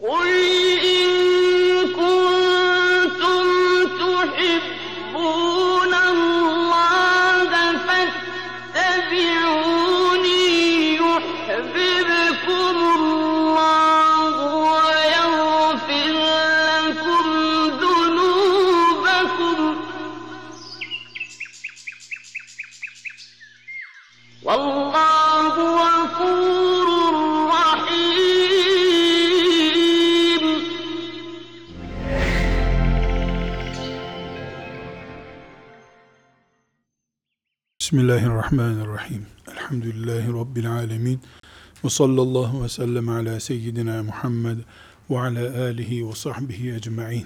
قُلْ إِن كُنتُمْ تُحِبُّونَ اللَّهَ فَاتَّبِعُونِي يُحْبِبْكُمُ اللَّهُ وَيَغْفِرْ لَكُمْ ذُنُوبَكُمْ ۗ وَاللَّهُ غَفُورٌ رَّحِيمٌ. Bismillahirrahmanirrahim. Elhamdülillahi Rabbil alemin. Ve sallallahu ve sellem ala seyyidina Muhammed ve ala alihi ve sahbihi ecma'in.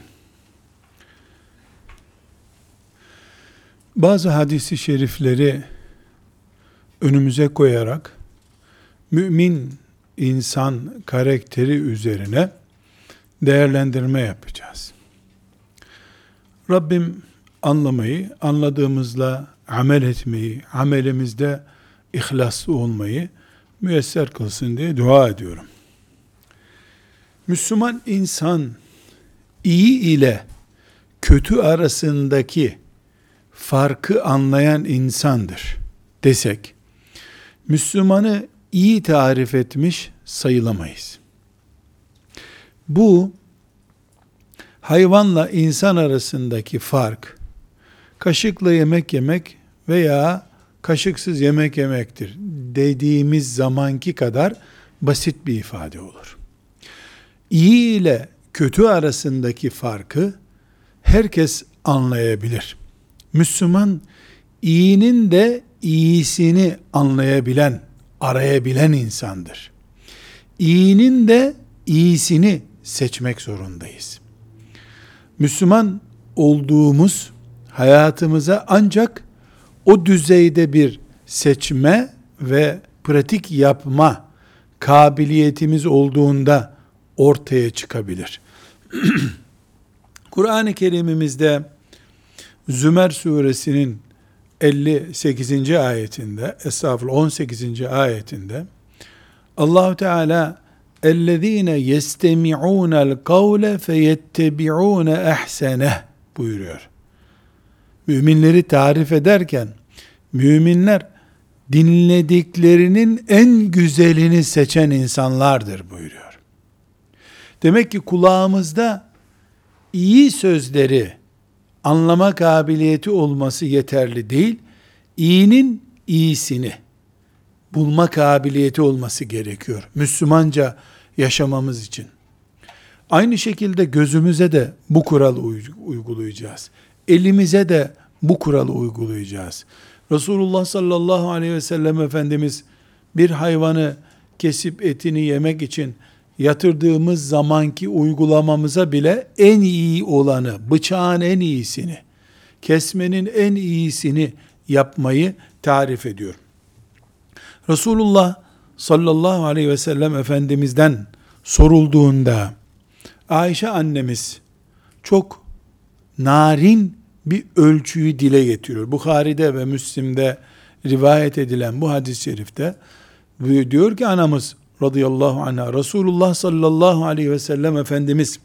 Bazı hadis-i şerifleri önümüze koyarak mümin insan karakteri üzerine değerlendirme yapacağız. Rabbim anlamayı, anladığımızla amel etmeyi, amelimizde ihlaslı olmayı müyesser kılsın diye dua ediyorum. Müslüman insan iyi ile kötü arasındaki farkı anlayan insandır desek, Müslümanı iyi tarif etmiş sayılamayız. Bu, hayvanla insan arasındaki fark, kaşıkla yemek yemek veya kaşıksız yemek yemektir dediğimiz zamanki kadar basit bir ifade olur. İyi ile kötü arasındaki farkı herkes anlayabilir. Müslüman, iyinin de iyisini anlayabilen, arayabilen insandır. İyinin de iyisini seçmek zorundayız. Müslüman olduğumuz hayatımıza ancak o düzeyde bir seçme ve pratik yapma kabiliyetimiz olduğunda ortaya çıkabilir. Kur'an-ı Kerim'imizde Zümer suresinin 58. ayetinde, 18. ayetinde Allah-u Teala اَلَّذ۪ينَ يَسْتَمِعُونَ الْقَوْلَ فَيَتَّبِعُونَ اَحْسَنَهُ buyuruyor. Müminleri tarif ederken, müminler dinlediklerinin en güzelini seçen insanlardır buyuruyor. Demek ki kulağımızda iyi sözleri anlama kabiliyeti olması yeterli değil, iyinin iyisini bulma kabiliyeti olması gerekiyor Müslümanca yaşamamız için. Aynı şekilde gözümüze de bu kuralı uygulayacağız. Elimize de bu kuralı uygulayacağız. Resulullah sallallahu aleyhi ve sellem Efendimiz bir hayvanı kesip etini yemek için yatırdığımız zamanki uygulamamıza bile en iyi olanı, bıçağın en iyisini, kesmenin en iyisini yapmayı tarif ediyor. Resulullah sallallahu aleyhi ve sellem Efendimiz'den sorulduğunda Ayşe annemiz çok narin bir ölçüyü dile getiriyor. Bukhari'de ve Müslim'de rivayet edilen bu hadis-i şerifte diyor ki anamız radıyallahu anha, Resulullah sallallahu aleyhi ve sellem Efendimiz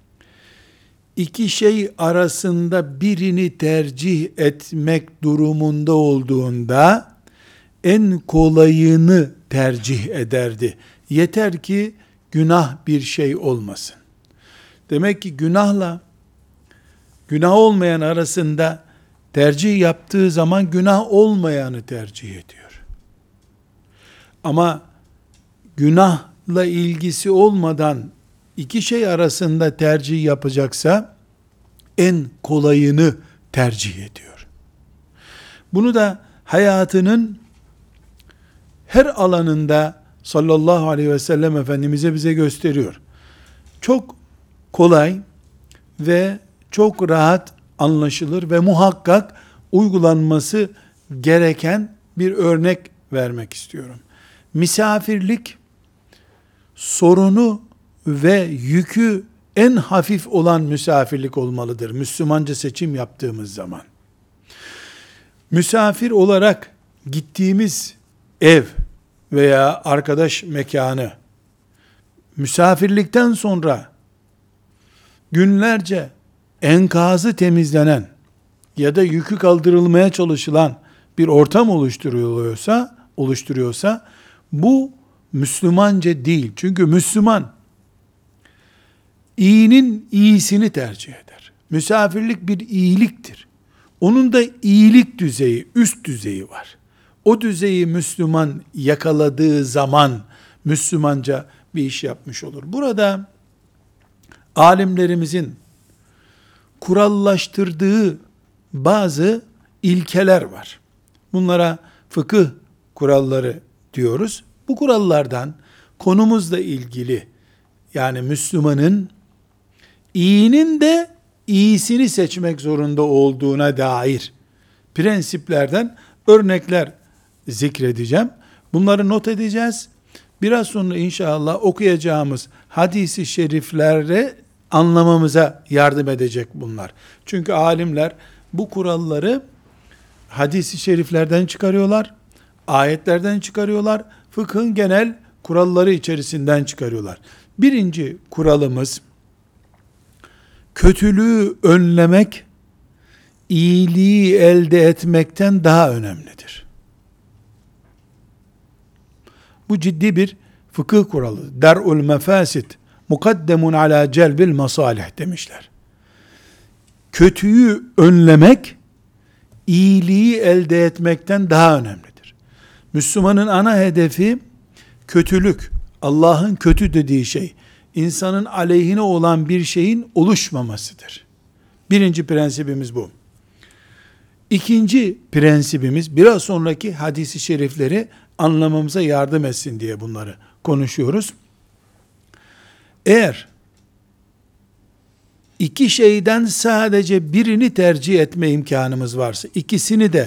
iki şey arasında birini tercih etmek durumunda olduğunda en kolayını tercih ederdi. Yeter ki günah bir şey olmasın. Demek ki günahla günah olmayan arasında tercih yaptığı zaman günah olmayanı tercih ediyor. Ama günahla ilgisi olmadan iki şey arasında tercih yapacaksa en kolayını tercih ediyor. Bunu da hayatının her alanında sallallahu aleyhi ve sellem Efendimiz'e bize gösteriyor. Çok kolay ve çok rahat anlaşılır ve muhakkak uygulanması gereken bir örnek vermek istiyorum. Misafirlik sorunu ve yükü en hafif olan misafirlik olmalıdır. Müslümanca seçim yaptığımız zaman. Misafir olarak gittiğimiz ev veya arkadaş mekanı misafirlikten sonra günlerce enkazı temizlenen ya da yükü kaldırılmaya çalışılan bir ortam oluşturuyorsa bu Müslümanca değil. Çünkü Müslüman iyinin iyisini tercih eder. Misafirlik bir iyiliktir. Onun da iyilik düzeyi, üst düzeyi var. O düzeyi Müslüman yakaladığı zaman Müslümanca bir iş yapmış olur. Burada alimlerimizin kurallaştırdığı bazı ilkeler var. Bunlara fıkıh kuralları diyoruz. Bu kurallardan konumuzla ilgili, yani Müslümanın iyinin de iyisini seçmek zorunda olduğuna dair prensiplerden örnekler zikredeceğim. Bunları not edeceğiz. Biraz sonra inşallah okuyacağımız hadis-i şerifleri anlamamıza yardım edecek bunlar. Çünkü alimler bu kuralları hadis-i şeriflerden çıkarıyorlar, ayetlerden çıkarıyorlar, fıkhın genel kuralları içerisinden çıkarıyorlar. Birinci kuralımız, kötülüğü önlemek, iyiliği elde etmekten daha önemlidir. Bu ciddi bir fıkıh kuralı. Der'ul mefasit mukaddemun ala celbil masalih demişler. Kötüyü önlemek, iyiliği elde etmekten daha önemlidir. Müslümanın ana hedefi kötülük, Allah'ın kötü dediği şey, insanın aleyhine olan bir şeyin oluşmamasıdır. Birinci prensibimiz bu. İkinci prensibimiz, biraz sonraki hadis-i şerifleri anlamamıza yardım etsin diye bunları konuşuyoruz. Eğer iki şeyden sadece birini tercih etme imkanımız varsa, ikisini de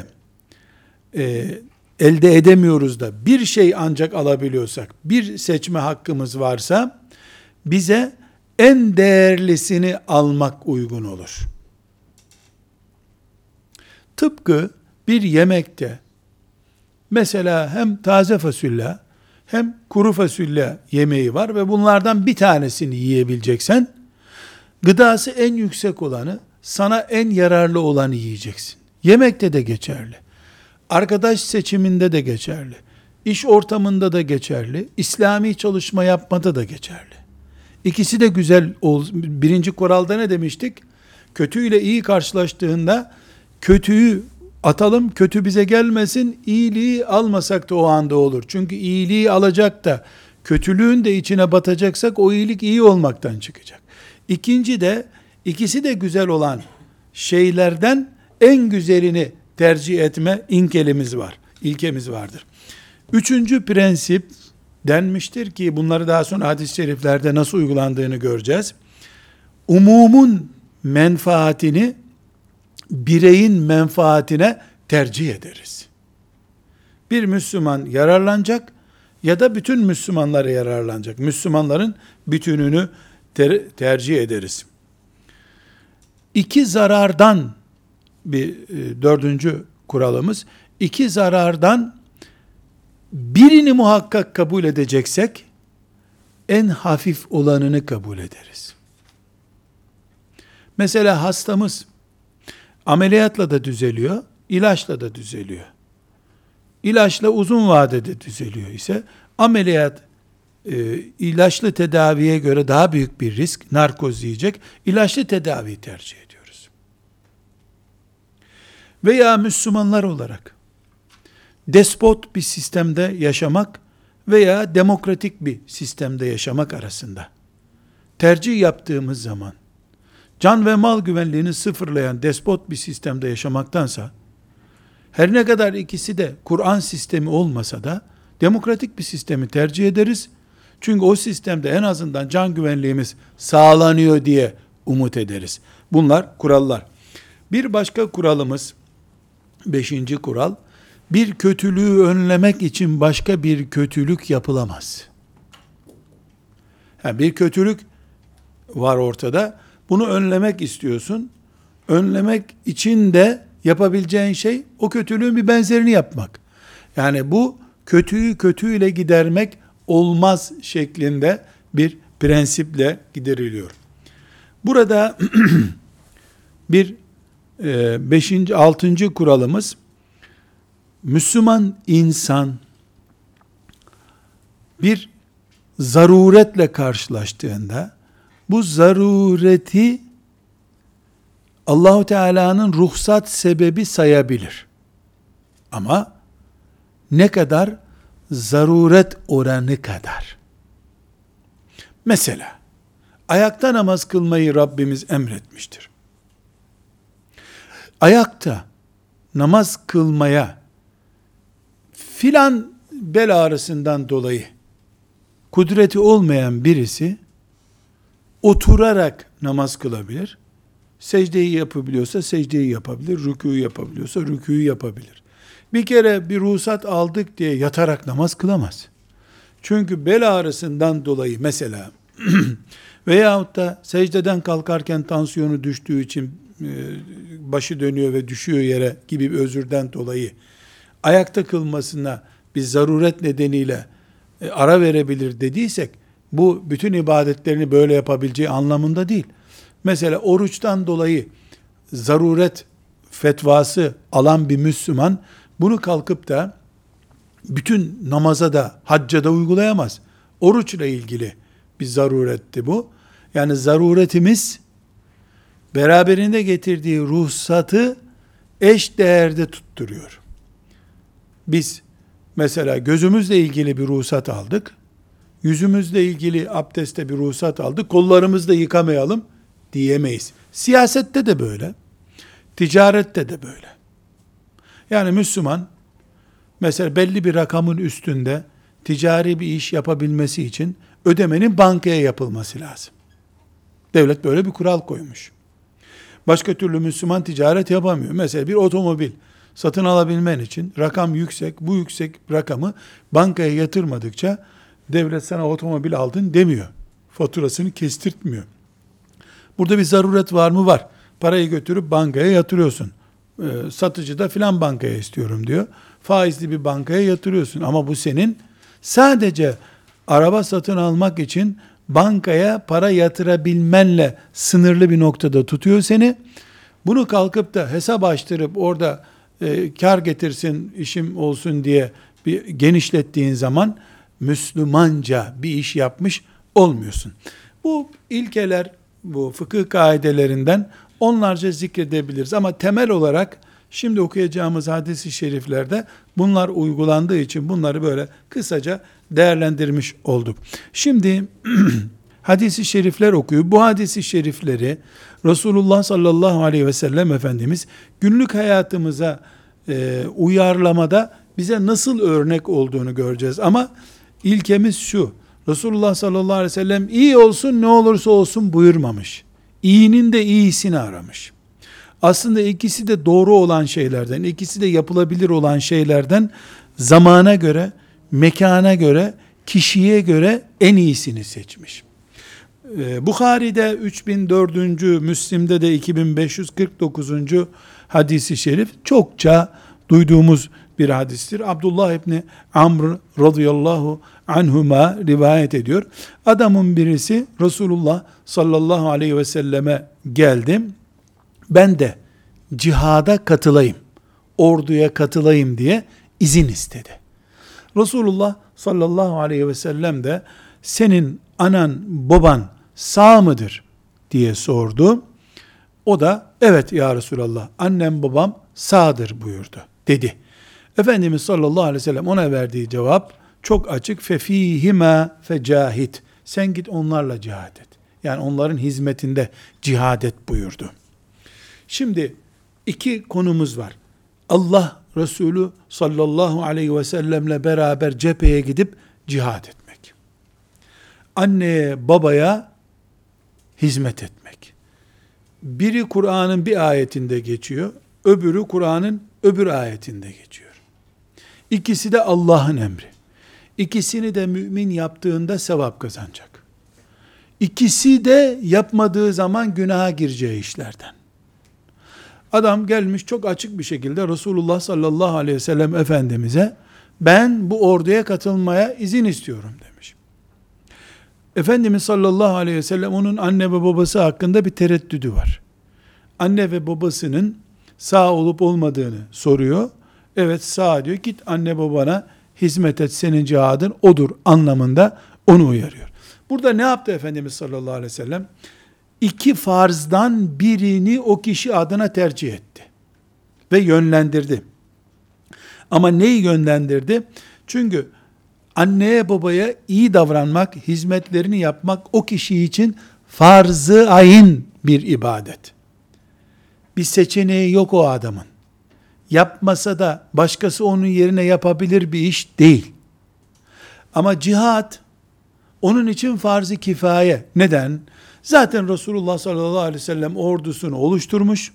elde edemiyoruz da bir şey ancak alabiliyorsak, bir seçme hakkımız varsa, bize en değerlisini almak uygun olur. Tıpkı bir yemekte, mesela hem taze fasulye hem kuru fasulye yemeği var ve bunlardan bir tanesini yiyebileceksen, gıdası en yüksek olanı, sana en yararlı olanı yiyeceksin. Yemekte de geçerli. Arkadaş seçiminde de geçerli. İş ortamında da geçerli. İslami çalışma yapmada da geçerli. İkisi de güzel. Birinci kuralda ne demiştik? Kötüyle iyi karşılaştığında kötüyü atalım, kötü bize gelmesin, iyiliği almasak da o anda olur. Çünkü iyiliği alacak da kötülüğün de içine batacaksak o iyilik iyi olmaktan çıkacak. İkinci de, ikisi de güzel olan şeylerden en güzelini tercih etme ilkemiz vardır. Üçüncü prensip denmiştir ki, bunları daha sonra hadis-i şeriflerde nasıl uygulandığını göreceğiz. Umumun menfaatini bireyin menfaatine tercih ederiz. Bir Müslüman yararlanacak ya da bütün Müslümanlara yararlanacak. Müslümanların bütününü tercih ederiz. İki zarardan, dördüncü kuralımız, iki zarardan birini muhakkak kabul edeceksek, en hafif olanını kabul ederiz. Mesela hastamız ameliyatla da düzeliyor, ilaçla da düzeliyor. İlaçla uzun vadede düzeliyor ise, ameliyat ilaçlı tedaviye göre daha büyük bir risk, narkoz yiyecek, ilaçlı tedaviyi tercih ediyoruz. Veya Müslümanlar olarak despot bir sistemde yaşamak veya demokratik bir sistemde yaşamak arasında tercih yaptığımız zaman, can ve mal güvenliğini sıfırlayan despot bir sistemde yaşamaktansa, her ne kadar ikisi de Kur'an sistemi olmasa da, demokratik bir sistemi tercih ederiz. Çünkü o sistemde en azından can güvenliğimiz sağlanıyor diye umut ederiz. Bunlar kurallar. Bir başka kuralımız, 5. kural, bir kötülüğü önlemek için başka bir kötülük yapılamaz. Yani bir kötülük var ortada, bunu önlemek istiyorsun. Önlemek için de yapabileceğin şey, o kötülüğün bir benzerini yapmak. Yani bu kötüyü kötüyle gidermek olmaz şeklinde bir prensiple gideriliyor. Burada bir 5. 6. kuralımız, Müslüman insan bir zaruretle karşılaştığında bu zarureti Allahu Teala'nın ruhsat sebebi sayabilir. Ama ne kadar? Zaruret oranı kadar. Mesela ayakta namaz kılmayı Rabbimiz emretmiştir. Ayakta namaz kılmaya filan bel ağrısından dolayı kudreti olmayan birisi oturarak namaz kılabilir. Secdeyi yapabiliyorsa secdeyi yapabilir, rükûyu yapabiliyorsa rükûyu yapabilir. Bir kere bir ruhsat aldık diye yatarak namaz kılamaz. Çünkü bel ağrısından dolayı mesela veyahut da secdeden kalkarken tansiyonu düştüğü için başı dönüyor ve düşüyor yere gibi bir özürden dolayı ayakta kılmasına bir zaruret nedeniyle ara verebilir dediysek, bu bütün ibadetlerini böyle yapabileceği anlamında değil. Mesela oruçtan dolayı zaruret fetvası alan bir Müslüman bunu kalkıp da bütün namaza da hacca da uygulayamaz. Oruçla ilgili bir zaruretti bu. Yani zaruretimiz beraberinde getirdiği ruhsatı eş değerde tutturuyor. Biz mesela gözümüzle ilgili bir ruhsat aldık. Yüzümüzle ilgili abdeste bir ruhsat aldık. Kollarımızı da yıkamayalım diyemeyiz. Siyasette de böyle. Ticarette de böyle. Yani Müslüman mesela belli bir rakamın üstünde ticari bir iş yapabilmesi için ödemenin bankaya yapılması lazım. Devlet böyle bir kural koymuş. Başka türlü Müslüman ticaret yapamıyor. Mesela bir otomobil satın alabilmen için rakam yüksek, bu yüksek rakamı bankaya yatırmadıkça devlet sana otomobil aldın demiyor. Faturasını kestirtmiyor. Burada bir zaruret var mı? Var. Parayı götürüp bankaya yatırıyorsun. Satıcı da filan bankaya istiyorum diyor. Faizli bir bankaya yatırıyorsun. Ama bu senin sadece araba satın almak için bankaya para yatırabilmenle sınırlı bir noktada tutuyor seni. Bunu kalkıp da hesap açtırıp orada kar getirsin, işim olsun diye bir genişlettiğin zaman Müslümanca bir iş yapmış olmuyorsun. Bu ilkeler, bu fıkıh kaidelerinden onlarca zikredebiliriz. Ama temel olarak şimdi okuyacağımız hadis-i şeriflerde bunlar uygulandığı için bunları böyle kısaca değerlendirmiş olduk. Şimdi hadis-i şerifler okuyor. Bu hadis-i şerifleri Resulullah sallallahu aleyhi ve sellem Efendimiz günlük hayatımıza uyarlamada bize nasıl örnek olduğunu göreceğiz. Ama ilkemiz şu: Resulullah sallallahu aleyhi ve sellem iyi olsun ne olursa olsun buyurmamış. İyinin de iyisini aramış. Aslında ikisi de doğru olan şeylerden, ikisi de yapılabilir olan şeylerden zamana göre, mekana göre, kişiye göre en iyisini seçmiş. Bukhari'de 3004. Müslim'de de 2549. hadisi şerif çokça duyduğumuz bir hadistir. Abdullah İbni Amr radıyallahu anhuma rivayet ediyor. Adamın birisi Resulullah sallallahu aleyhi ve selleme geldi. Ben de cihada katılayım, orduya katılayım diye izin istedi. Resulullah sallallahu aleyhi ve sellem de senin anan baban sağ mıdır diye sordu. O da evet ya Resulallah annem babam sağdır buyurdu dedi. Efendimiz sallallahu aleyhi ve sellem ona verdiği cevap çok açık. Fefihima fecahid. Sen git onlarla cihad et. Yani onların hizmetinde cihad et buyurdu. Şimdi iki konumuz var. Allah Resulü sallallahu aleyhi ve sellemle beraber cepheye gidip cihad etmek. Anneye babaya hizmet etmek. Biri Kur'an'ın bir ayetinde geçiyor, öbürü Kur'an'ın öbür ayetinde geçiyor. İkisi de Allah'ın emri. İkisini de mümin yaptığında sevap kazanacak. İkisi de yapmadığı zaman günaha gireceği işlerden. Adam gelmiş çok açık bir şekilde Resulullah sallallahu aleyhi ve sellem Efendimiz'e ben bu orduya katılmaya izin istiyorum demiş. Efendimiz sallallahu aleyhi ve sellem onun anne ve babası hakkında bir tereddüdü var. Anne ve babasının sağ olup olmadığını soruyor. Evet sağ diyor, git anne babana hizmet et, senin cihadın odur anlamında onu uyarıyor. Burada ne yaptı Efendimiz sallallahu aleyhi ve sellem? İki farzdan birini o kişi adına tercih etti ve yönlendirdi. Ama neyi yönlendirdi? Çünkü anneye babaya iyi davranmak, hizmetlerini yapmak o kişi için farz-ı ayın bir ibadet. Bir seçeneği yok o adamın. Yapmasa da başkası onun yerine yapabilir bir iş değil. Ama cihat onun için farz-ı kifaye. Neden? Zaten Resulullah sallallahu aleyhi ve sellem ordusunu oluşturmuş.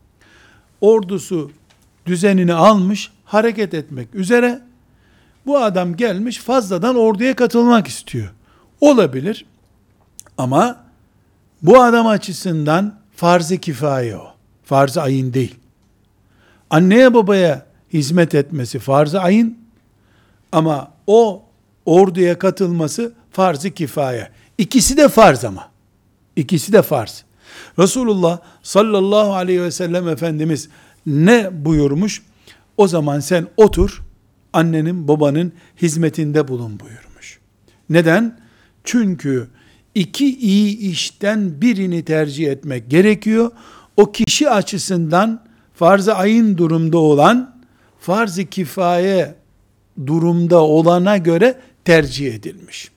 Ordusu düzenini almış, hareket etmek üzere. Bu adam gelmiş fazladan orduya katılmak istiyor. Olabilir. Ama bu adam açısından farz-ı kifaye o. Farz-ı ayın değil. Anneye babaya hizmet etmesi farz-ı ayın ama o orduya katılması farz-ı kifaye. İkisi de farz ama. İkisi de farz. Resulullah sallallahu aleyhi ve sellem Efendimiz ne buyurmuş? O zaman sen otur, annenin babanın hizmetinde bulun buyurmuş. Neden? Çünkü iki iyi işten birini tercih etmek gerekiyor. O kişi açısından farz-ı ayın durumda olan, farz-ı kifaye durumda olana göre tercih edilmiş.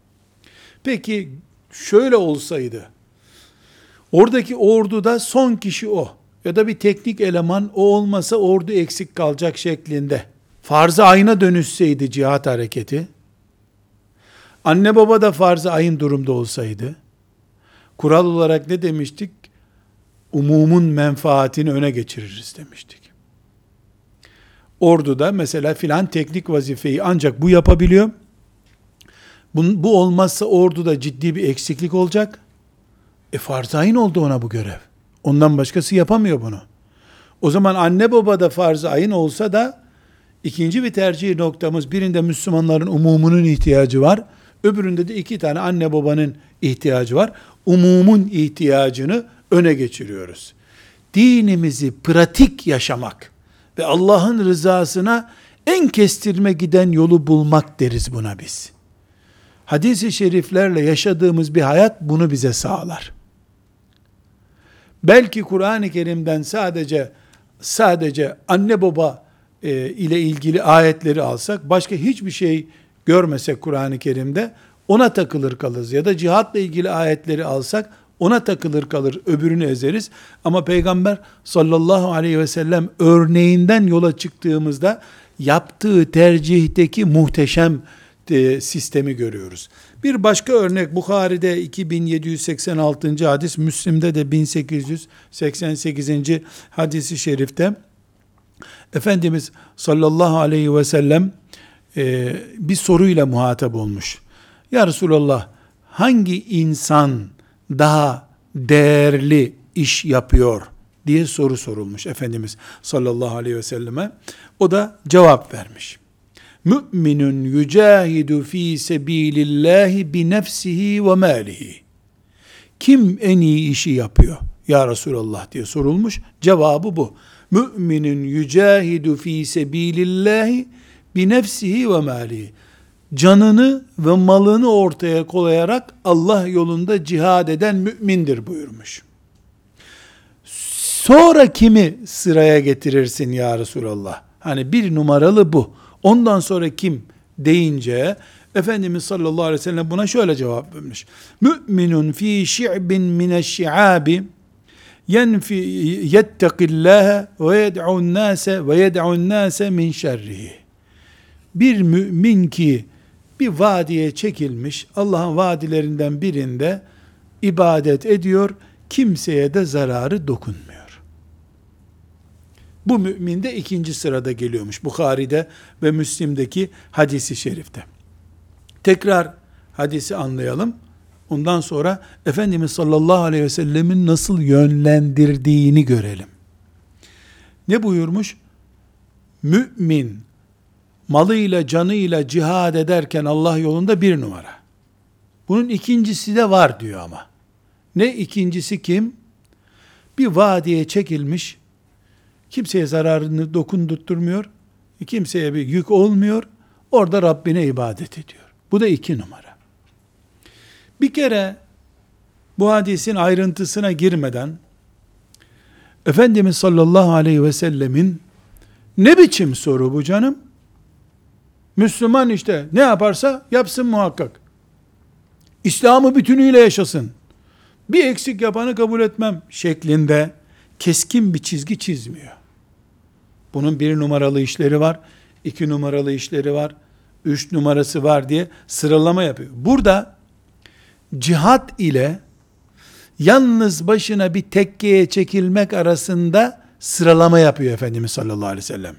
Peki şöyle olsaydı, oradaki orduda son kişi o ya da bir teknik eleman o olmasa ordu eksik kalacak şeklinde farz-ı ayına dönüşseydi cihat hareketi, anne baba da farz-ı ayın durumda olsaydı, kural olarak ne demiştik? Umumun menfaatini öne geçiririz demiştik. Orduda mesela filan teknik vazifeyi ancak bu yapabiliyor. Bu olmazsa orduda ciddi bir eksiklik olacak. Farz-ı ayın oldu ona bu görev. Ondan başkası yapamıyor bunu. O zaman anne baba da farz-ı ayın olsa da ikinci bir tercih noktamız, birinde Müslümanların umumunun ihtiyacı var. Öbüründe de iki tane anne babanın ihtiyacı var. Umumun ihtiyacını öne geçiriyoruz. Dinimizi pratik yaşamak ve Allah'ın rızasına en kestirme giden yolu bulmak deriz buna biz. Hadis-i şeriflerle yaşadığımız bir hayat bunu bize sağlar. Belki Kur'an-ı Kerim'den sadece anne baba ile ilgili ayetleri alsak, başka hiçbir şey görmesek Kur'an-ı Kerim'de ona takılır kalırız. Ya da cihatla ilgili ayetleri alsak ona takılır kalır, öbürünü ezeriz. Ama Peygamber sallallahu aleyhi ve sellem örneğinden yola çıktığımızda yaptığı tercihteki muhteşem sistemi görüyoruz. Bir başka örnek Bukhari'de 2786. hadis, Müslim'de de 1888. hadisi şerifte Efendimiz sallallahu aleyhi ve sellem bir soruyla muhatap olmuş. Ya Resulallah, hangi insan daha değerli iş yapıyor diye soru sorulmuş Efendimiz sallallahu aleyhi ve selleme. O da cevap vermiş. Mü'minun yücahidu fi sebilillahi bi nefsihi ve malihi. Kim en iyi işi yapıyor ya Resulallah diye sorulmuş. Cevabı bu. Mü'minun yücahidu fi sebilillahi bi nefsihi ve malihi. Canını ve malını ortaya koyarak Allah yolunda cihad eden mümindir buyurmuş. Sonra kimi sıraya getirirsin ya Resulallah? Hani bir numaralı bu. Ondan sonra kim deyince Efendimiz sallallahu aleyhi ve sellem buna şöyle cevap vermiş. Mü'minun fi şi'bin mineşşi'abi yenfi yettekillâhe ve yed'un nâse ve yed'un nâse min şerrihi. Bir mümin ki bir vadiye çekilmiş, Allah'ın vadilerinden birinde ibadet ediyor, kimseye de zararı dokunmuyor. Bu mümin de ikinci sırada geliyormuş Bukhari'de ve Müslim'deki hadisi şerifte. Tekrar hadisi anlayalım. Ondan sonra Efendimiz sallallahu aleyhi ve sellemin nasıl yönlendirdiğini görelim. Ne buyurmuş? Mümin malıyla canıyla cihad ederken Allah yolunda bir numara. Bunun ikincisi de var diyor ama. Ne ikincisi kim? Bir vadiye çekilmiş, kimseye zararını dokundurtmuyor, kimseye bir yük olmuyor, orada Rabbine ibadet ediyor. Bu da 2 numara. Bir kere bu hadisin ayrıntısına girmeden, Efendimiz sallallahu aleyhi ve sellemin ne biçim soru bu canım? Müslüman işte ne yaparsa yapsın muhakkak. İslam'ı bütünüyle yaşasın. Bir eksik yapanı kabul etmem şeklinde keskin bir çizgi çizmiyor. Bunun 1 numaralı işleri var, 2 numaralı işleri var, 3 numarası var diye sıralama yapıyor. Burada cihat ile yalnız başına bir tekkeye çekilmek arasında sıralama yapıyor Efendimiz sallallahu aleyhi ve sellem.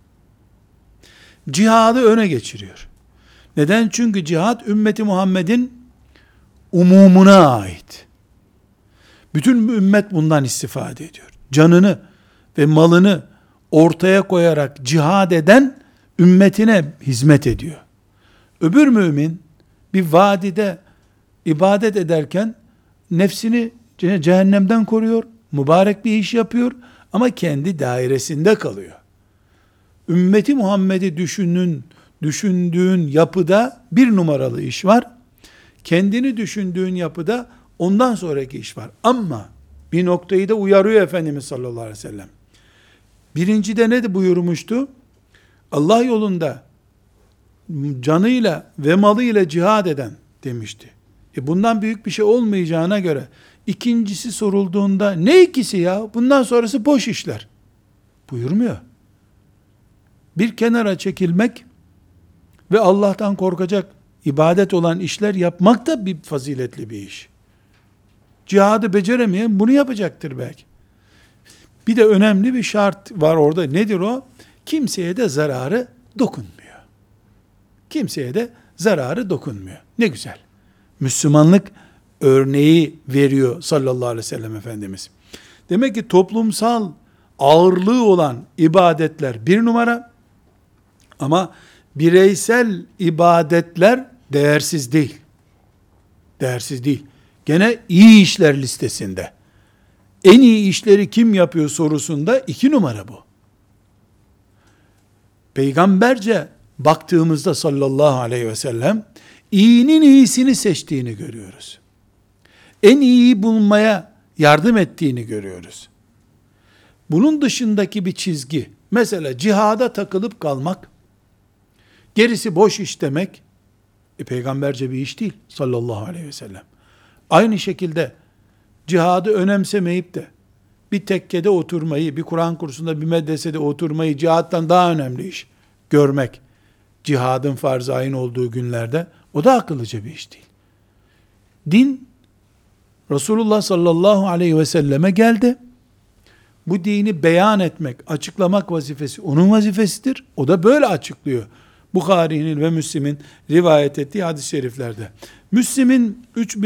Cihadı öne geçiriyor. Neden? Çünkü cihat ümmeti Muhammed'in umumuna ait. Bütün ümmet bundan istifade ediyor. Canını ve malını ortaya koyarak cihad eden ümmetine hizmet ediyor. Öbür mümin bir vadide ibadet ederken nefsini cehennemden koruyor, mübarek bir iş yapıyor ama kendi dairesinde kalıyor. Ümmeti Muhammed'i düşündüğün yapıda 1 numaralı iş var. Kendini düşündüğün yapıda ondan sonraki iş var. Ama bir noktayı da uyarıyor Efendimiz sallallahu aleyhi ve sellem. Birincide ne buyurmuştu? Allah yolunda canıyla ve malıyla cihad eden demişti. Bundan büyük bir şey olmayacağına göre ikincisi sorulduğunda ne ikisi ya? Bundan sonrası boş işler. Buyurmuyor. Bir kenara çekilmek ve Allah'tan korkacak, ibadet olan işler yapmak da bir faziletli bir iş. Cihadı beceremeyen bunu yapacaktır belki. Bir de önemli bir şart var orada. Nedir o? Kimseye de zararı dokunmuyor. Kimseye de zararı dokunmuyor. Ne güzel. Müslümanlık örneği veriyor sallallahu aleyhi ve sellem Efendimiz. Demek ki toplumsal ağırlığı olan ibadetler 1 numara ama bireysel ibadetler değersiz değil. Değersiz değil. Gene iyi işler listesinde. En iyi işleri kim yapıyor sorusunda 2 numara bu. Peygamberce baktığımızda sallallahu aleyhi ve sellem iyinin iyisini seçtiğini görüyoruz. En iyiyi bulmaya yardım ettiğini görüyoruz. Bunun dışındaki bir çizgi, mesela cihada takılıp kalmak, gerisi boş iş demek, peygamberce bir iş değil sallallahu aleyhi ve sellem. Aynı şekilde cihadı önemsemeyip de bir tekkede oturmayı, bir Kur'an kursunda, bir medresede oturmayı cihattan daha önemli iş görmek, cihadın farz-ı ayın olduğu günlerde, o da akıllıca bir iş değil. Din, Resulullah sallallahu aleyhi ve selleme geldi. Bu dini beyan etmek, açıklamak vazifesi onun vazifesidir. O da böyle açıklıyor. Bukhari'nin ve Müslim'in rivayet ettiği hadis-i şeriflerde. Müslim'in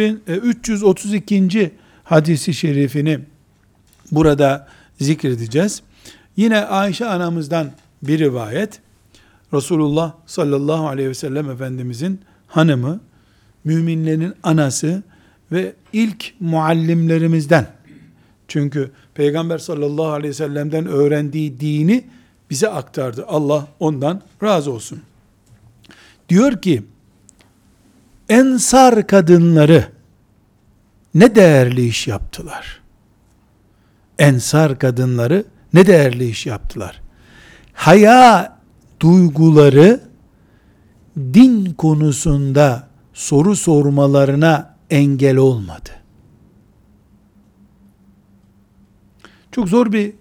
332. hadisi şerifini burada zikredeceğiz. Yine Ayşe anamızdan bir rivayet. Resulullah sallallahu aleyhi ve sellem Efendimizin hanımı, müminlerin anası ve ilk muallimlerimizden. Çünkü Peygamber sallallahu aleyhi ve sellem'den öğrendiği dini bize aktardı. Allah ondan razı olsun. Diyor ki, Ensar kadınları ne değerli iş yaptılar. Ensar kadınları ne değerli iş yaptılar. Haya duyguları din konusunda soru sormalarına engel olmadı. Çok zor bir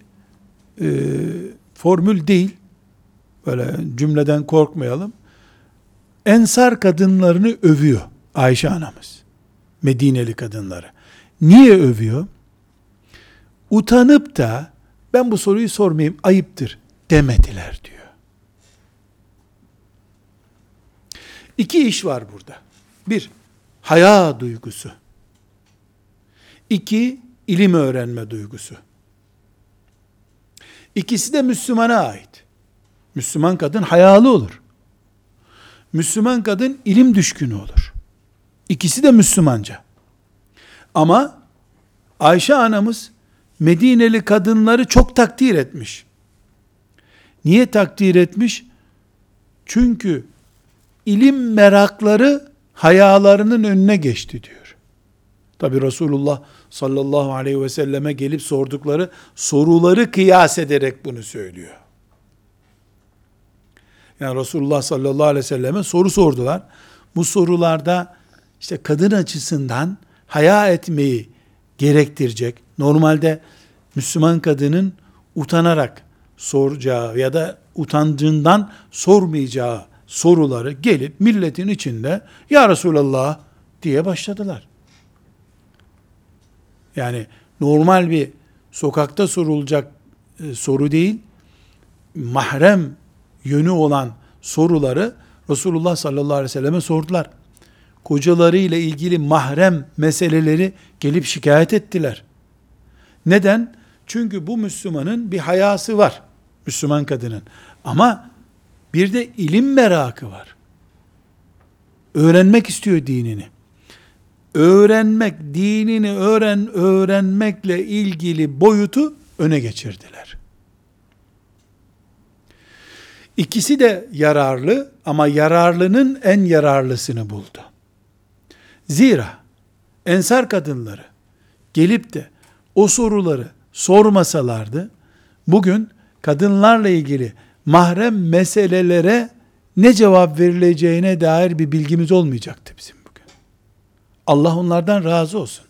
formül değil. Böyle cümleden korkmayalım. Ensar kadınlarını övüyor Ayşe anamız. Medineli kadınları. Niye övüyor? Utanıp da ben bu soruyu sormayayım, ayıptır demediler diyor. 2 iş var burada. 1, haya duygusu. 2, ilim öğrenme duygusu. İkisi de Müslümana ait. Müslüman kadın hayalı olur. Müslüman kadın ilim düşkünü olur. İkisi de Müslümanca. Ama Ayşe anamız Medineli kadınları çok takdir etmiş. Niye takdir etmiş? Çünkü ilim merakları hayalarının önüne geçti diyor. Tabi Resulullah sallallahu aleyhi ve selleme gelip sordukları soruları kıyas ederek bunu söylüyor. Yani Resulullah sallallahu aleyhi ve selleme soru sordular. Bu sorularda işte kadın açısından haya etmeyi gerektirecek. Normalde Müslüman kadının utanarak soracağı ya da utandığından sormayacağı soruları gelip milletin içinde ya Resulallah diye başladılar. Yani normal bir sokakta sorulacak soru değil, mahrem yönü olan soruları Resulullah sallallahu aleyhi ve selleme sordular. Kocalarıyla ilgili mahrem meseleleri gelip şikayet ettiler. Neden? Çünkü bu Müslümanın bir hayası var. Müslüman kadının. Ama bir de ilim merakı var. Öğrenmek istiyor dinini. Dinini öğrenmekle ilgili boyutu öne geçirdiler. İkisi de yararlı ama yararlının en yararlısını buldu. Zira ensar kadınları gelip de o soruları sormasalardı, bugün kadınlarla ilgili mahrem meselelere ne cevap verileceğine dair bir bilgimiz olmayacaktı bizim bugün. Allah onlardan razı olsun.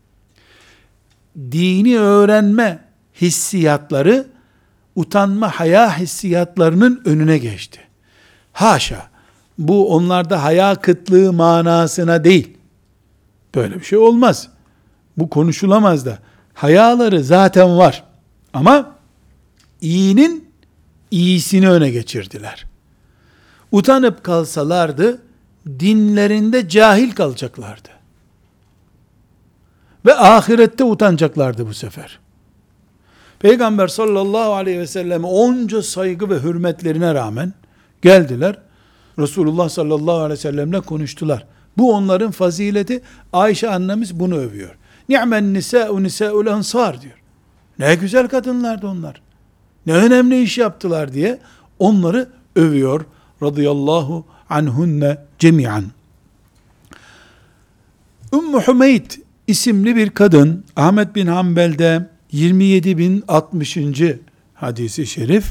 Dini öğrenme hissiyatları, utanma, haya hissiyatlarının önüne geçti. Haşa, bu onlarda haya kıtlığı manasına değil. Böyle bir şey olmaz. Bu konuşulamaz da. Hayaları zaten var. Ama iyinin iyisini öne geçirdiler. Utanıp kalsalardı, dinlerinde cahil kalacaklardı. Ve ahirette utanacaklardı bu sefer. Peygamber sallallahu aleyhi ve selleme onca saygı ve hürmetlerine rağmen geldiler. Resulullah sallallahu aleyhi ve sellemle konuştular. Bu onların fazileti. Ayşe annemiz bunu övüyor. Ni'men nisa'u nisa'ul ensar diyor. Ne güzel kadınlardı onlar. Ne önemli iş yaptılar diye onları övüyor. Radıyallahu anhunne cemi'an. Ümmü Hümeyd isimli bir kadın, Ahmed bin Hanbel'de 27.060. hadisi şerif,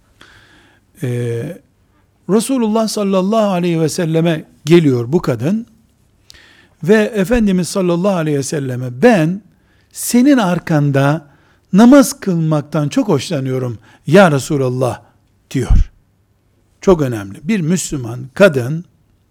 Resulullah sallallahu aleyhi ve selleme geliyor bu kadın ve Efendimiz sallallahu aleyhi ve selleme ben senin arkanda namaz kılmaktan çok hoşlanıyorum ya Resulallah diyor. Çok önemli. Bir Müslüman kadın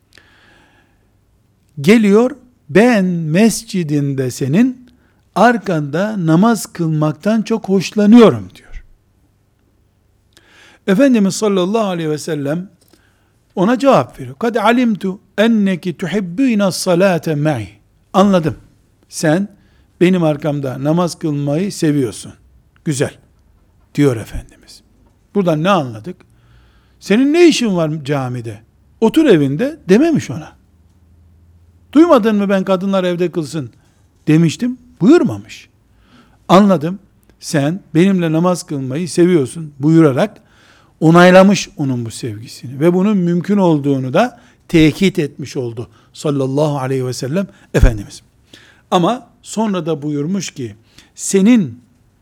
geliyor, ben mescidinde senin arkanda namaz kılmaktan çok hoşlanıyorum diyor. Efendimiz sallallahu aleyhi ve sellem ona cevap veriyor. Kad alimtu enneki tuhibbina salate ma'i. Anladım. Sen benim arkamda namaz kılmayı seviyorsun. Güzel. Diyor Efendimiz. Buradan ne anladık? Senin ne işin var camide? Otur evinde dememiş ona. Duymadın mı ben kadınlar evde kılsın demiştim? Buyurmamış. Anladım. Sen benimle namaz kılmayı seviyorsun buyurarak onaylamış onun bu sevgisini ve bunun mümkün olduğunu da tekit etmiş oldu sallallahu aleyhi ve sellem Efendimiz. Ama sonra da buyurmuş ki senin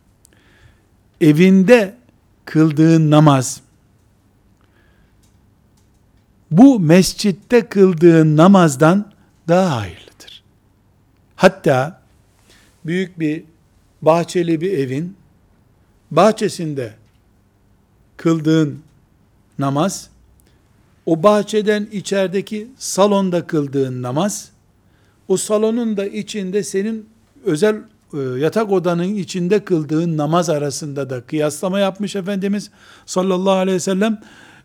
evinde kıldığın namaz bu mescitte kıldığın namazdan daha hayırlıdır. Hatta büyük bir bahçeli bir evin bahçesinde kıldığın namaz, o bahçeden içerideki salonda kıldığın namaz, o salonun da içinde senin özel yatak odanın içinde kıldığın namaz arasında da kıyaslama yapmış Efendimiz sallallahu aleyhi ve sellem.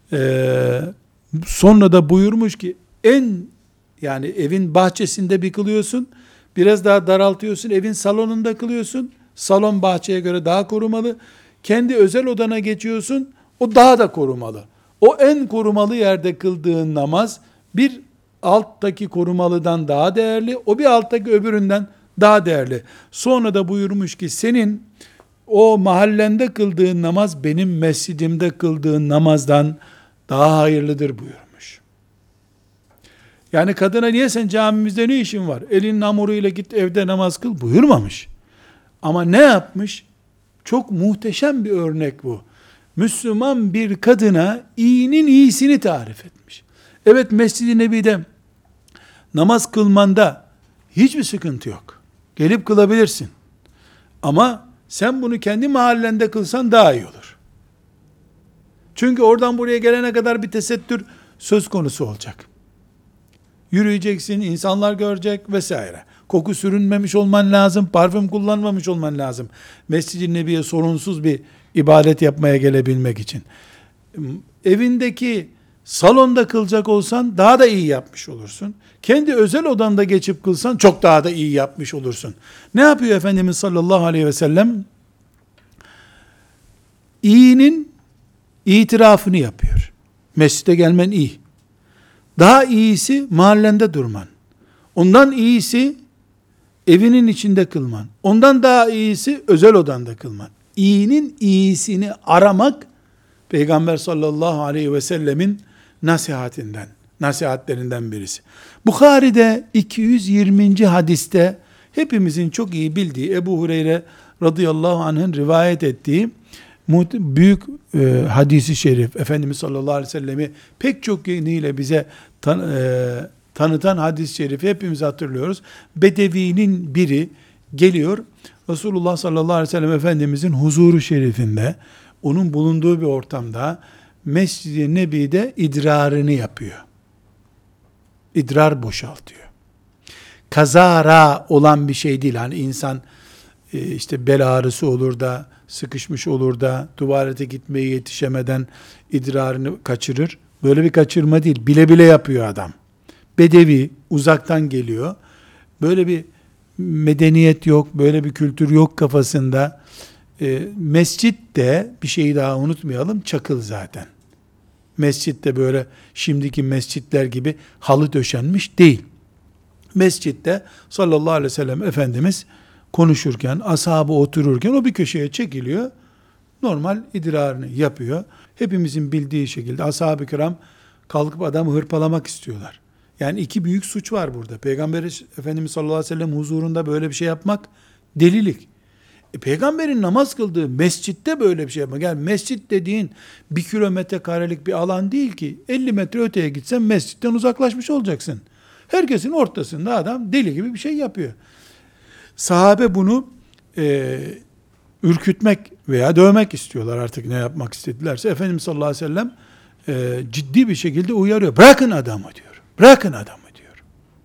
Sonra da buyurmuş ki yani evin bahçesinde bir kılıyorsun, biraz daha daraltıyorsun, evin salonunda kılıyorsun, salon bahçeye göre daha korumalı, kendi özel odana geçiyorsun, o daha da korumalı. O en korumalı yerde kıldığın namaz bir alttaki korumalıdan daha değerli, o bir alttaki öbüründen daha değerli. Sonra da buyurmuş ki senin o mahallende kıldığın namaz benim mescidimde kıldığın namazdan daha hayırlıdır buyurmuş. Yani kadına niye sen camimizde ne işin var? Elinin hamuruyla git evde namaz kıl buyurmamış. Ama ne yapmış? Çok muhteşem bir örnek bu. Müslüman bir kadına iyinin iyisini tarif etmiş. Evet, Mescid-i Nebi'de namaz kılmanda hiçbir sıkıntı yok. Gelip kılabilirsin. Ama sen bunu kendi mahallende kılsan daha iyi olur. Çünkü oradan buraya gelene kadar bir tesettür söz konusu olacak. Yürüyeceksin, insanlar görecek vesaire. Koku sürünmemiş olman lazım, parfüm kullanmamış olman lazım. Mescid-i Nebi'ye sorunsuz bir ibadet yapmaya gelebilmek için. Evindeki salonda kılacak olsan daha da iyi yapmış olursun. Kendi özel odanda geçip kılsan çok daha da iyi yapmış olursun. Ne yapıyor Efendimiz sallallahu aleyhi ve sellem? İyinin itirafını yapıyor. Mescide gelmen iyi. Daha iyisi mahallende durman. Ondan iyisi evinin içinde kılman. Ondan daha iyisi özel odanda kılman. İyinin iyisini aramak Peygamber sallallahu aleyhi ve sellemin nasihatlerinden birisi. Bukhari'de 220. hadiste hepimizin çok iyi bildiği Ebu Hureyre radıyallahu anh'ın rivayet ettiği büyük hadisi şerif, Efendimiz sallallahu aleyhi ve sellemi pek çok yönüyle bize tanıtan hadis-i şerifi hepimiz hatırlıyoruz. Bedevinin biri geliyor, Resulullah sallallahu aleyhi ve sellem Efendimizin huzuru şerifinde, onun bulunduğu bir ortamda, Mescid-i Nebi'de idrarını yapıyor. İdrar boşaltıyor. Kazara olan bir şey değil. Hani insan işte bel ağrısı olur da, sıkışmış olur da, tuvalete gitmeye yetişemeden idrarını kaçırır. Böyle bir kaçırma değil. Bile bile yapıyor adam. Bedevi, uzaktan geliyor. Böyle bir medeniyet yok, böyle bir kültür yok kafasında. Mescitte bir şeyi daha unutmayalım, çakıl zaten. Mescitte böyle şimdiki mescitler gibi halı döşenmiş değil. Mescitte sallallahu aleyhi ve sellem Efendimiz konuşurken, ashabı otururken o bir köşeye çekiliyor. Normal idrarını yapıyor. Hepimizin bildiği şekilde ashab-ı kiram kalkıp adamı hırpalamak istiyorlar. Yani iki büyük suç var burada. Peygamber Efendimiz sallallahu aleyhi ve sellem huzurunda böyle bir şey yapmak delilik. Peygamberin namaz kıldığı mescitte böyle bir şey yapmak. Yani mescit dediğin 1 kilometre karelik bir alan değil ki. 50 metre öteye gitsen mescitten uzaklaşmış olacaksın. Herkesin ortasında adam deli gibi bir şey yapıyor. Sahabe bunu ürkütmek veya dövmek istiyorlar, artık ne yapmak istedilerse. Efendimiz sallallahu aleyhi ve sellem ciddi bir şekilde uyarıyor. Bırakın adamı diyor. Bırakın adamı diyor.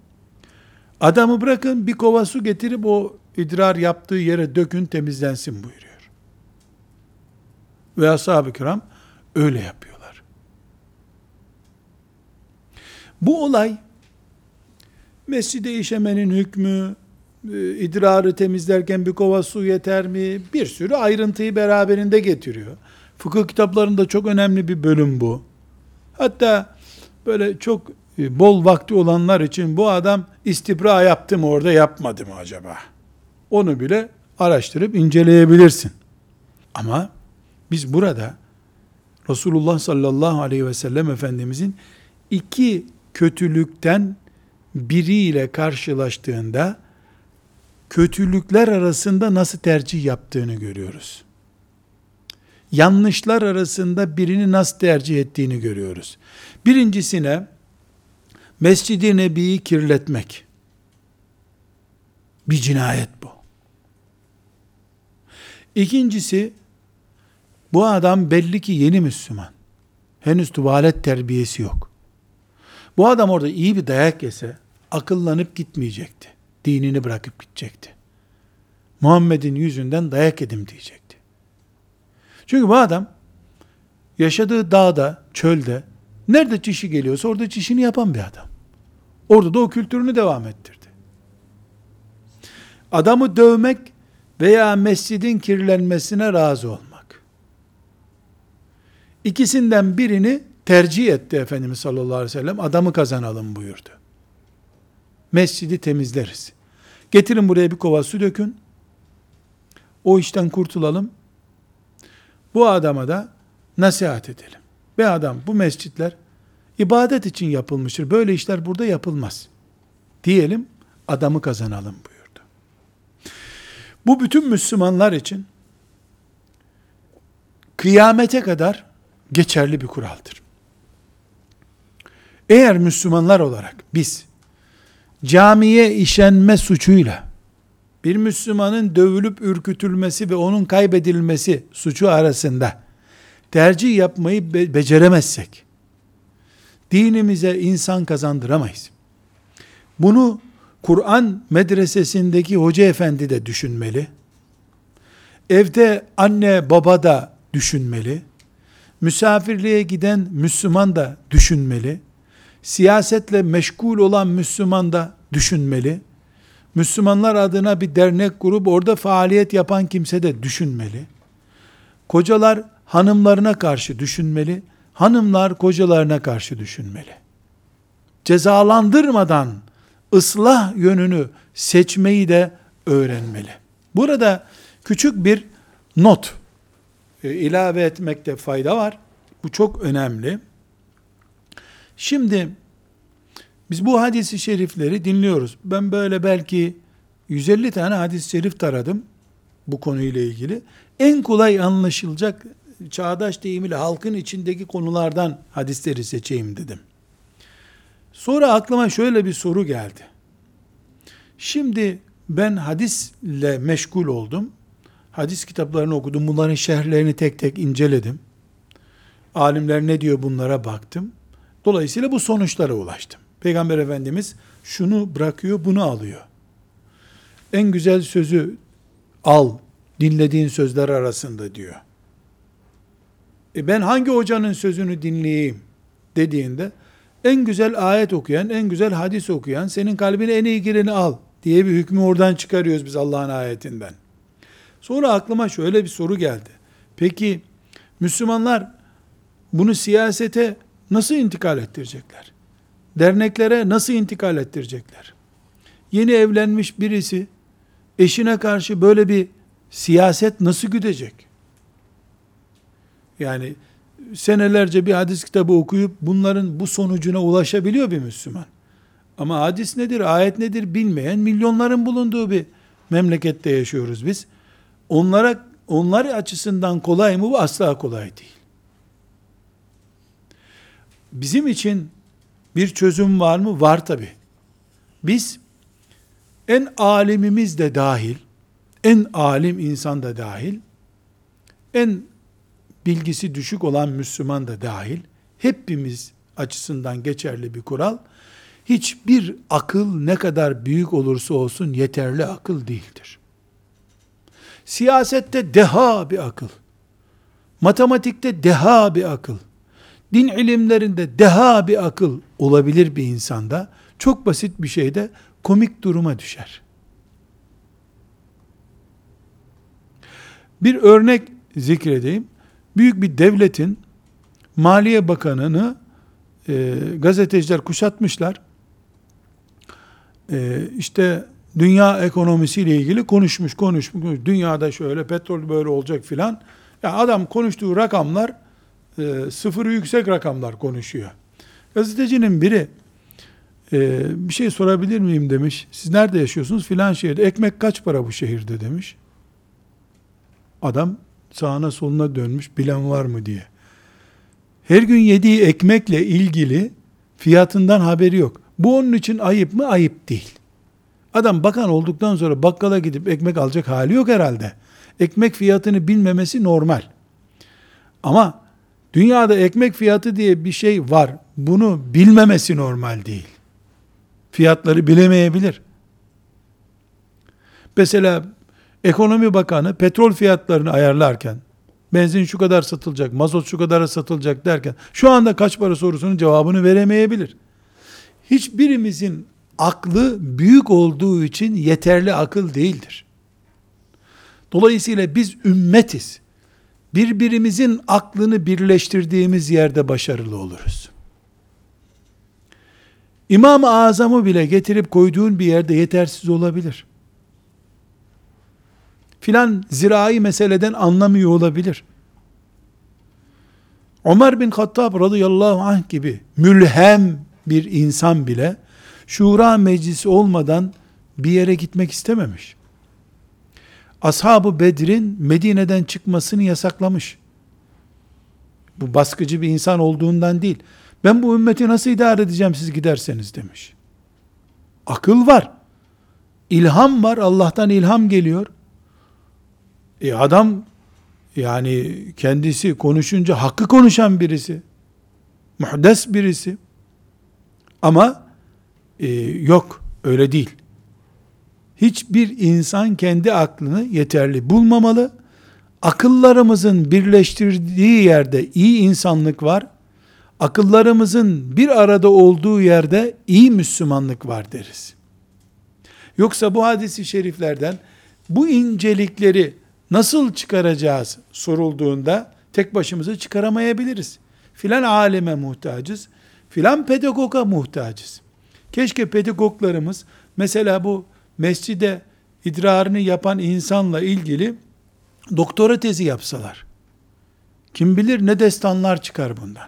Adamı bırakın, bir kova su getirip o idrar yaptığı yere dökün, temizlensin buyuruyor. Ve ashab-ı kiram öyle yapıyorlar. Bu olay mescide işemenin hükmü, idrarı temizlerken bir kova su yeter mi? Bir sürü ayrıntıyı beraberinde getiriyor. Fıkıh kitaplarında çok önemli bir bölüm bu. Hatta böyle çok bol vakti olanlar için bu adam istibra yaptı mı orada, yapmadı mı acaba? Onu bile araştırıp inceleyebilirsin. Ama biz burada Resulullah sallallahu aleyhi ve sellem Efendimizin iki kötülükten biriyle karşılaştığında kötülükler arasında nasıl tercih yaptığını görüyoruz. Yanlışlar arasında birini nasıl tercih ettiğini görüyoruz. Birincisine Mescid-i Nebi'yi kirletmek. Bir cinayet bu. İkincisi, bu adam belli ki yeni Müslüman. Henüz tuvalet terbiyesi yok. Bu adam orada iyi bir dayak yese akıllanıp gitmeyecekti. Dinini bırakıp gidecekti. Muhammed'in yüzünden dayak yedim diyecekti. Çünkü bu adam yaşadığı dağda, çölde, nerede çişi geliyorsa orada çişini yapan bir adam. Orada da o kültürünü devam ettirdi. Adamı dövmek veya mescidin kirlenmesine razı olmak. İkisinden birini tercih etti Efendimiz sallallahu aleyhi ve sellem. Adamı kazanalım buyurdu. mescidi temizleriz. Getirin buraya bir kova su dökün. O işten kurtulalım. Bu adama da nasihat edelim. Be adam, bu mescitler ibadet için yapılmıştır. Böyle işler burada yapılmaz. Diyelim, adamı kazanalım buyurdu. Bu bütün Müslümanlar için kıyamete kadar geçerli bir kuraldır. Eğer Müslümanlar olarak biz camiye işenme suçuyla bir Müslümanın dövülüp ürkütülmesi ve onun kaybedilmesi suçu arasında tercih yapmayı beceremezsek, dinimize insan kazandıramayız. Bunu Kur'an medresesindeki hoca efendi de düşünmeli. Evde anne baba da düşünmeli. Misafirliğe giden Müslüman da düşünmeli. Siyasetle meşgul olan Müslüman da düşünmeli. Müslümanlar adına bir dernek kurup orada faaliyet yapan kimse de düşünmeli. Kocalar hanımlarına karşı düşünmeli. Hanımlar kocalarına karşı düşünmeli. Cezalandırmadan ıslah yönünü seçmeyi de öğrenmeli. Burada küçük bir not ilave etmekte fayda var. Bu çok önemli. Şimdi biz bu hadis-i şerifleri dinliyoruz. Ben böyle belki 150 tane hadis-i şerif taradım bu konuyla ilgili. En kolay anlaşılacak, çağdaş deyimiyle halkın içindeki konulardan hadisleri seçeyim dedim. Sonra aklıma şöyle bir soru geldi. Şimdi ben hadisle meşgul oldum. Hadis kitaplarını okudum. Bunların şerhlerini tek tek inceledim. Alimler ne diyor bunlara baktım. Dolayısıyla bu sonuçlara ulaştım. Peygamber Efendimiz şunu bırakıyor, bunu alıyor. En güzel sözü al, dinlediğin sözler arasında diyor. Ben hangi hocanın sözünü dinleyeyim dediğinde, en güzel ayet okuyan, en güzel hadis okuyan, senin kalbine en iyi gireni al diye bir hükmü oradan çıkarıyoruz biz Allah'ın ayetinden. Sonra aklıma şöyle bir soru geldi. Peki Müslümanlar bunu siyasete nasıl intikal ettirecekler? Derneklere nasıl intikal ettirecekler? Yeni evlenmiş birisi eşine karşı böyle bir siyaset nasıl güdecek? Yani senelerce bir hadis kitabı okuyup bunların bu sonucuna ulaşabiliyor bir Müslüman. Ama hadis nedir, ayet nedir bilmeyen milyonların bulunduğu bir memlekette yaşıyoruz biz. Onlar açısından kolay mı? Bu asla kolay değil. Bizim için bir çözüm var mı? Var tabi. Biz en alimimiz de dahil, en alim insan da dahil, en bilgisi düşük olan Müslüman da dahil, hepimiz açısından geçerli bir kural. Hiçbir akıl ne kadar büyük olursa olsun yeterli akıl değildir. Siyasette deha bir akıl, matematikte deha bir akıl, din ilimlerinde deha bir akıl olabilir bir insanda, çok basit bir şeyde komik duruma düşer. Bir örnek zikredeyim. Büyük bir devletin Maliye Bakanı'nı gazeteciler kuşatmışlar. İşte dünya ekonomisiyle ilgili konuşmuş. Dünyada şöyle, petrol böyle olacak filan. Ya adam konuştuğu rakamlar sıfırı yüksek rakamlar konuşuyor. Gazetecinin biri bir şey sorabilir miyim demiş. Siz nerede yaşıyorsunuz? Filan şehirde. Ekmek kaç para bu şehirde demiş. Adam sağına soluna dönmüş, bilen var mı diye. Her gün yediği ekmekle ilgili fiyatından haberi yok. Bu onun için ayıp mı? Ayıp değil. Adam bakan olduktan sonra bakkala gidip ekmek alacak hali yok herhalde. Ekmek fiyatını bilmemesi normal. Ama dünyada ekmek fiyatı diye bir şey var. Bunu bilmemesi normal değil. Fiyatları bilemeyebilir. Mesela Ekonomi Bakanı petrol fiyatlarını ayarlarken, benzin şu kadar satılacak, mazot şu kadara satılacak derken, şu anda kaç para sorusunun cevabını veremeyebilir. Hiçbirimizin aklı büyük olduğu için yeterli akıl değildir. Dolayısıyla biz ümmetiz. Birbirimizin aklını birleştirdiğimiz yerde başarılı oluruz. İmam-ı Azam'ı bile getirip koyduğun bir yerde yetersiz olabilir. Filan zirai meseleden anlamıyor olabilir. Ömer bin Hattab radıyallahu anh gibi mülhem bir insan bile şura meclisi olmadan bir yere gitmek istememiş. Ashab-ı Bedir'in Medine'den çıkmasını yasaklamış. Bu baskıcı bir insan olduğundan değil. Ben bu ümmeti nasıl idare edeceğim siz giderseniz demiş. Akıl var. İlham var. Allah'tan ilham geliyor. Adam yani kendisi konuşunca hakkı konuşan birisi. Muhdes birisi. Ama yok öyle değil. Hiçbir insan kendi aklını yeterli bulmamalı. Akıllarımızın birleştirdiği yerde iyi insanlık var. Akıllarımızın bir arada olduğu yerde iyi Müslümanlık var deriz. Yoksa bu hadis-i şeriflerden bu incelikleri nasıl çıkaracağız sorulduğunda tek başımıza çıkaramayabiliriz. Filan alime muhtacız, filan pedagoga muhtacız. Keşke pedagoglarımız mesela bu mescide idrarını yapan insanla ilgili doktora tezi yapsalar. Kim bilir ne destanlar çıkar bundan.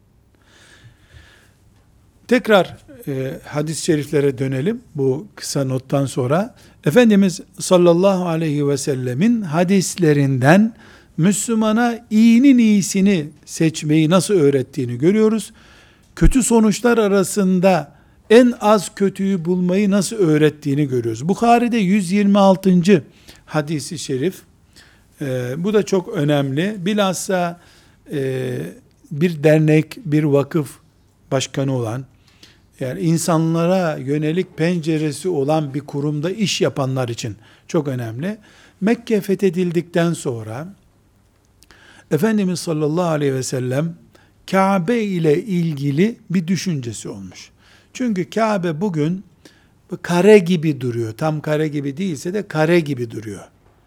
Tekrar hadis-i şeriflere dönelim bu kısa nottan sonra. Efendimiz sallallahu aleyhi ve sellemin hadislerinden Müslümana iyinin iyisini seçmeyi nasıl öğrettiğini görüyoruz. Kötü sonuçlar arasında en az kötüyü bulmayı nasıl öğrettiğini görüyoruz. Bukhari'de 126. hadisi şerif. Bu da çok önemli. Bilhassa bir dernek, bir vakıf başkanı olan, yani insanlara yönelik penceresi olan bir kurumda iş yapanlar için çok önemli. Mekke fethedildikten sonra Efendimiz sallallahu aleyhi ve sellem Kabe ile ilgili bir düşüncesi olmuş. Çünkü Kabe bugün kare gibi duruyor. Tam kare gibi değilse de kare gibi duruyor.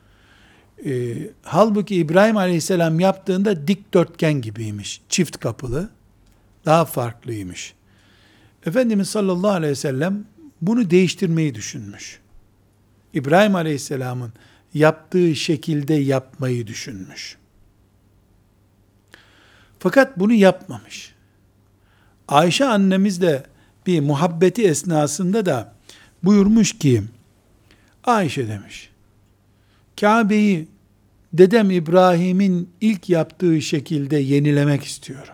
Halbuki İbrahim aleyhisselam yaptığında dikdörtgen gibiymiş. Çift kapılı. Daha farklıymış. Efendimiz sallallahu aleyhi ve sellem bunu değiştirmeyi düşünmüş. İbrahim aleyhisselamın yaptığı şekilde yapmayı düşünmüş. Fakat bunu yapmamış. Ayşe annemiz de bir muhabbeti esnasında da buyurmuş ki, Ayşe demiş, Kabe'yi dedem İbrahim'in ilk yaptığı şekilde yenilemek istiyorum.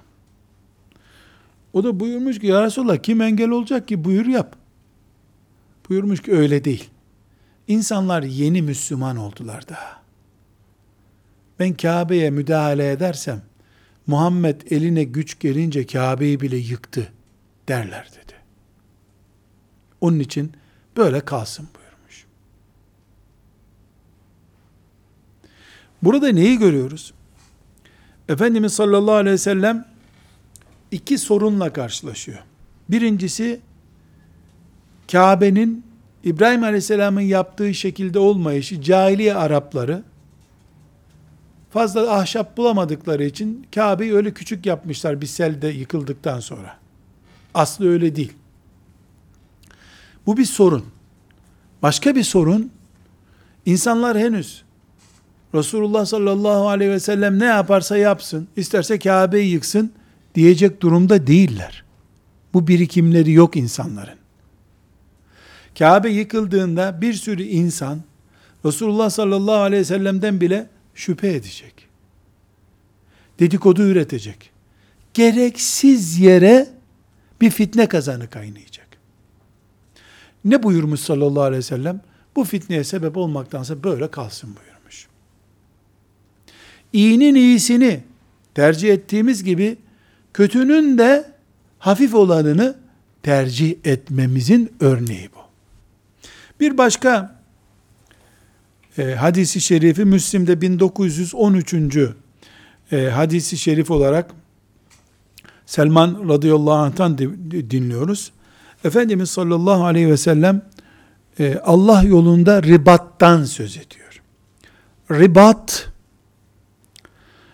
O da buyurmuş ki, ya Resulallah kim engel olacak ki, buyur yap. Buyurmuş ki öyle değil. İnsanlar yeni Müslüman oldular daha. Ben Kabe'ye müdahale edersem, Muhammed eline güç gelince Kabe'yi bile yıktı derler dedi. Onun için böyle kalsın buyurmuş. Burada neyi görüyoruz? Efendimiz sallallahu aleyhi ve sellem iki sorunla karşılaşıyor. Birincisi, Kabe'nin İbrahim aleyhisselamın yaptığı şekilde olmayışı, cahiliye Arapları fazla ahşap bulamadıkları için Kabe'yi öyle küçük yapmışlar bir selde yıkıldıktan sonra. Aslı öyle değil. Bu bir sorun. Başka bir sorun, insanlar henüz Resulullah sallallahu aleyhi ve sellem ne yaparsa yapsın, isterse Kabe'yi yıksın diyecek durumda değiller. Bu birikimleri yok insanların. Kabe yıkıldığında bir sürü insan Resulullah sallallahu aleyhi ve sellem'den bile şüphe edecek. Dedikodu üretecek. Gereksiz yere bir fitne kazanı kaynayacak. Ne buyurmuş sallallahu aleyhi ve sellem? Bu fitneye sebep olmaktansa böyle kalsın buyurmuş. İyinin iyisini tercih ettiğimiz gibi kötünün de hafif olanını tercih etmemizin örneği bu. Bir başka hadisi şerifi Müslim'de 1913. Hadisi şerif olarak Selman radıyallahu anh'tan dinliyoruz. Efendimiz sallallahu aleyhi ve sellem Allah yolunda ribattan söz ediyor. Ribat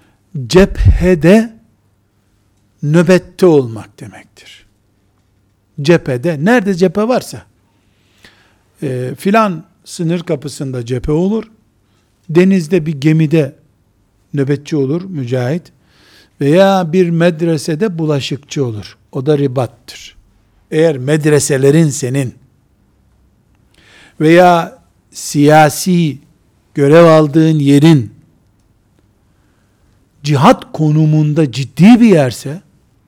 cephede nöbette olmak demektir. cephede, nerede cephe varsa, filan sınır kapısında cephe olur, denizde bir gemide nöbetçi olur, mücahit, veya bir medresede bulaşıkçı olur. O da ribattır. Eğer medreselerin senin veya siyasi görev aldığın yerin cihat konumunda ciddi bir yerse,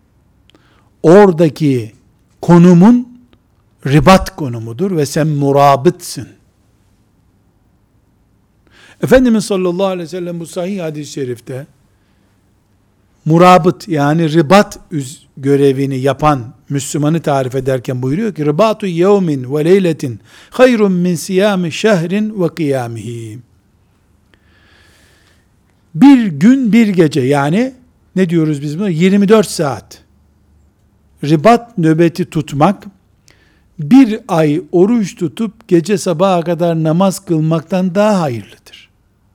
oradaki konumun ribat konumudur ve sen murabıtsın. Efendimiz sallallahu aleyhi ve sellem bu sahih hadis-i şerifte murabıt, yani ribat görevini yapan Müslümanı tarif ederken buyuruyor ki, ribatu yevmin ve leyletin hayrun min siyami şehrin ve kıyamihi. Bir gün bir gece, yani ne diyoruz biz buna? 24 saat ribat nöbeti tutmak, bir ay oruç tutup gece sabaha kadar namaz kılmaktan daha hayırlıdır.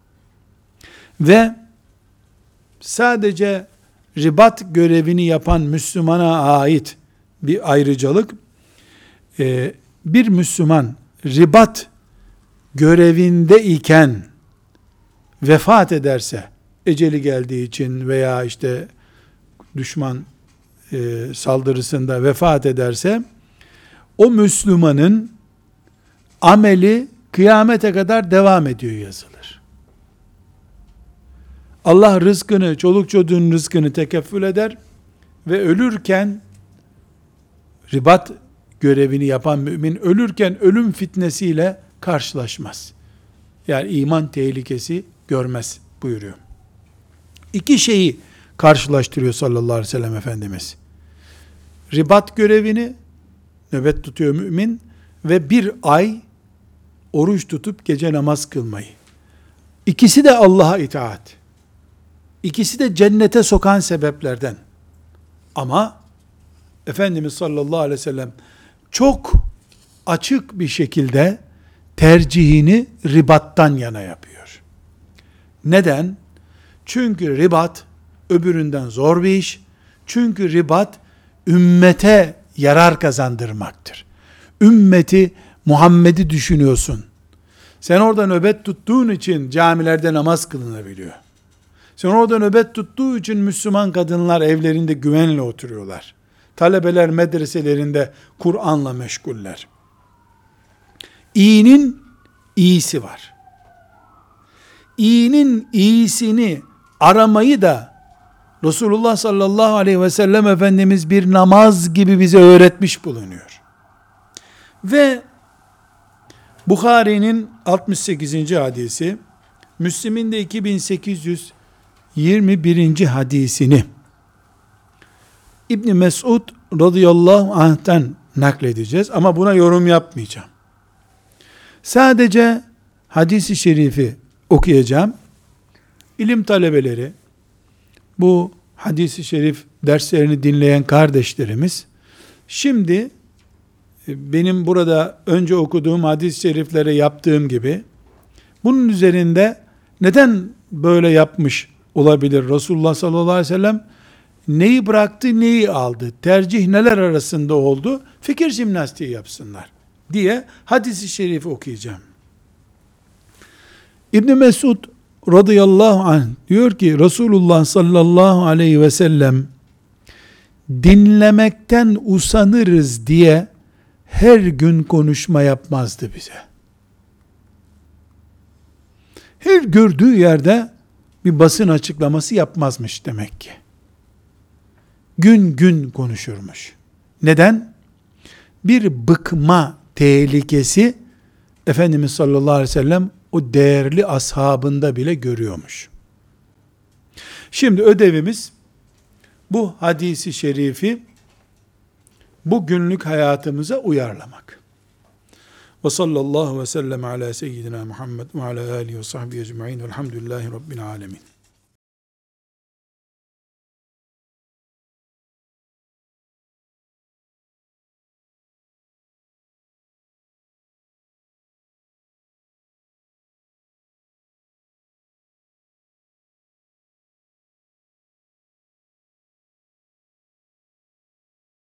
Ve sadece ribat görevini yapan Müslümana ait bir ayrıcalık, bir Müslüman ribat görevinde iken vefat ederse, eceli geldiği için veya işte düşman saldırısında vefat ederse, o Müslümanın ameli kıyamete kadar devam ediyor yazılır. Allah rızkını, çoluk çocuğun rızkını tekeffül eder ve ölürken, ribat görevini yapan mümin ölürken ölüm fitnesiyle karşılaşmaz. Yani iman tehlikesi görmez buyuruyor. İki şeyi karşılaştırıyor sallallahu aleyhi ve sellem Efendimiz. Ribat görevini, nöbet tutuyor mümin ve bir ay oruç tutup gece namaz kılmayı. İkisi de Allah'a itaat. İkisi de cennete sokan sebeplerden. Ama Efendimiz sallallahu aleyhi ve sellem çok açık bir şekilde tercihini ribattan yana yapıyor. Neden? Çünkü ribat öbüründen zor bir iş. Çünkü ribat ümmete yarar kazandırmaktır. Ümmeti Muhammed'i düşünüyorsun. Sen orada nöbet tuttuğun için camilerde namaz kılınabiliyor. Sen orada nöbet tuttuğu için Müslüman kadınlar evlerinde güvenle oturuyorlar. Talebeler medreselerinde Kur'an'la meşguller. İyinin iyisi var. İyinin iyisini aramayı da Resulullah sallallahu aleyhi ve sellem Efendimiz bir namaz gibi bize öğretmiş bulunuyor. Ve Bukhari'nin 68. hadisi, Müslim'in de 2821. hadisini İbn Mesud radıyallahu anh'ten nakledeceğiz ama buna yorum yapmayacağım. Sadece hadisi şerifi okuyacağım. İlim talebeleri, bu hadisi şerif derslerini dinleyen kardeşlerimiz, şimdi benim burada önce okuduğum hadis-i şeriflere yaptığım gibi, bunun üzerinde neden böyle yapmış olabilir Resulullah sallallahu aleyhi ve sellem, neyi bıraktı, neyi aldı, tercih neler arasında oldu, fikir jimnastiği yapsınlar diye hadis-i şerifi okuyacağım. İbn Mesud radıyallahu anh diyor ki, Resulullah sallallahu aleyhi ve sellem dinlemekten usanırız diye her gün konuşma yapmazdı bize. Her gördüğü yerde bir basın açıklaması yapmazmış demek ki. Gün gün konuşurmuş. Neden? Bir bıkma tehlikesi Efendimiz sallallahu aleyhi ve sellem o değerli ashabında bile görüyormuş. Şimdi ödevimiz bu hadisi şerifi bu günlük hayatımıza uyarlamak. Ve sallallahu ve sellem ala seyyidina Muhammed ve ala alihi ve sahbihi ecma'in velhamdülillahi rabbil alemin.